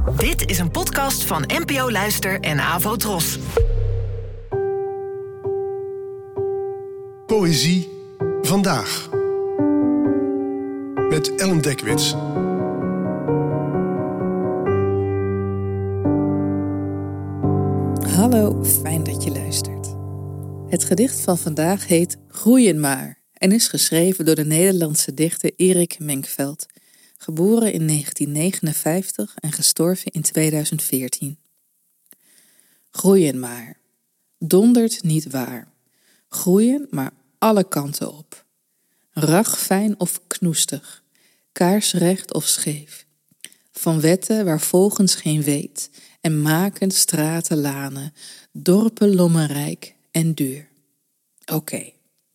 Dit is een podcast van NPO Luister en Avo Tros. Poëzie vandaag. Met Ellen Dekwits. Hallo, fijn dat je luistert. Het gedicht van vandaag heet Groeien maar en is geschreven door de Nederlandse dichter Erik Menkveld, geboren in 1959 en gestorven in 2014. Groeien maar, dondert niet waar. Groeien maar alle kanten op. Ragfijn of knoestig, kaarsrecht of scheef. Van wetten waar volgens geen weet en maken straten lanen, dorpen lommerrijk en duur. Oké.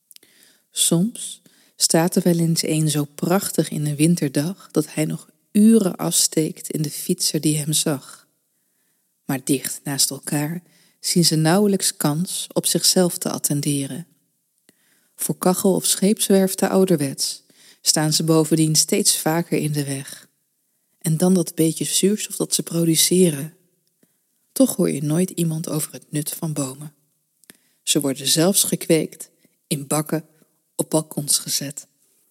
Soms staat er wel eens een zo prachtig in een winterdag dat hij nog uren afsteekt in de fietser die hem zag. Maar dicht naast elkaar zien ze nauwelijks kans op zichzelf te attenderen. Voor kachel of scheepswerf te ouderwets staan ze bovendien steeds vaker in de weg. En dan dat beetje zuurstof dat ze produceren. Toch hoor je nooit iemand over het nut van bomen. Ze worden zelfs gekweekt, in bakken, op balkons gezet.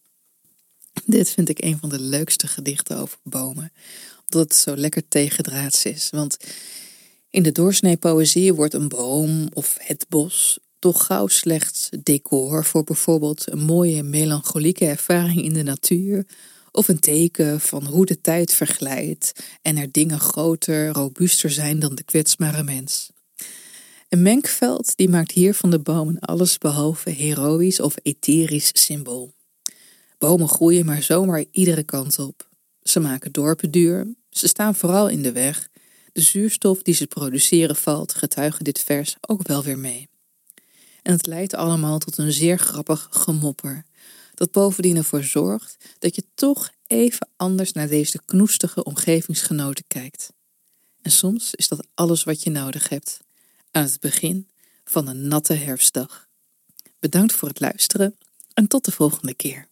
Dit vind ik een van de leukste gedichten over bomen, omdat het zo lekker tegendraads is. Want in de doorsnee poëzie wordt een boom of het bos toch gauw slechts decor voor bijvoorbeeld een mooie melancholieke ervaring in de natuur, of een teken van hoe de tijd verglijdt en er dingen groter, robuuster zijn dan de kwetsbare mens. En Menkveld die maakt hier van de bomen alles behalve heroïsch of etherisch symbool. Bomen groeien maar zomaar iedere kant op. Ze maken dorpen duur, ze staan vooral in de weg. De zuurstof die ze produceren valt, getuige dit vers, ook wel weer mee. En het leidt allemaal tot een zeer grappig gemopper, dat bovendien ervoor zorgt dat je toch even anders naar deze knoestige omgevingsgenoten kijkt. En soms is dat alles wat je nodig hebt aan het begin van een natte herfstdag. Bedankt voor het luisteren en tot de volgende keer.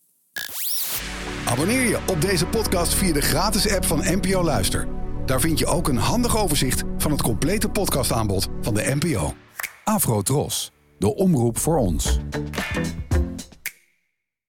Abonneer je op deze podcast via de gratis app van NPO Luister. Daar vind je ook een handig overzicht van het complete podcastaanbod van de NPO. Avo Tros, de omroep voor ons.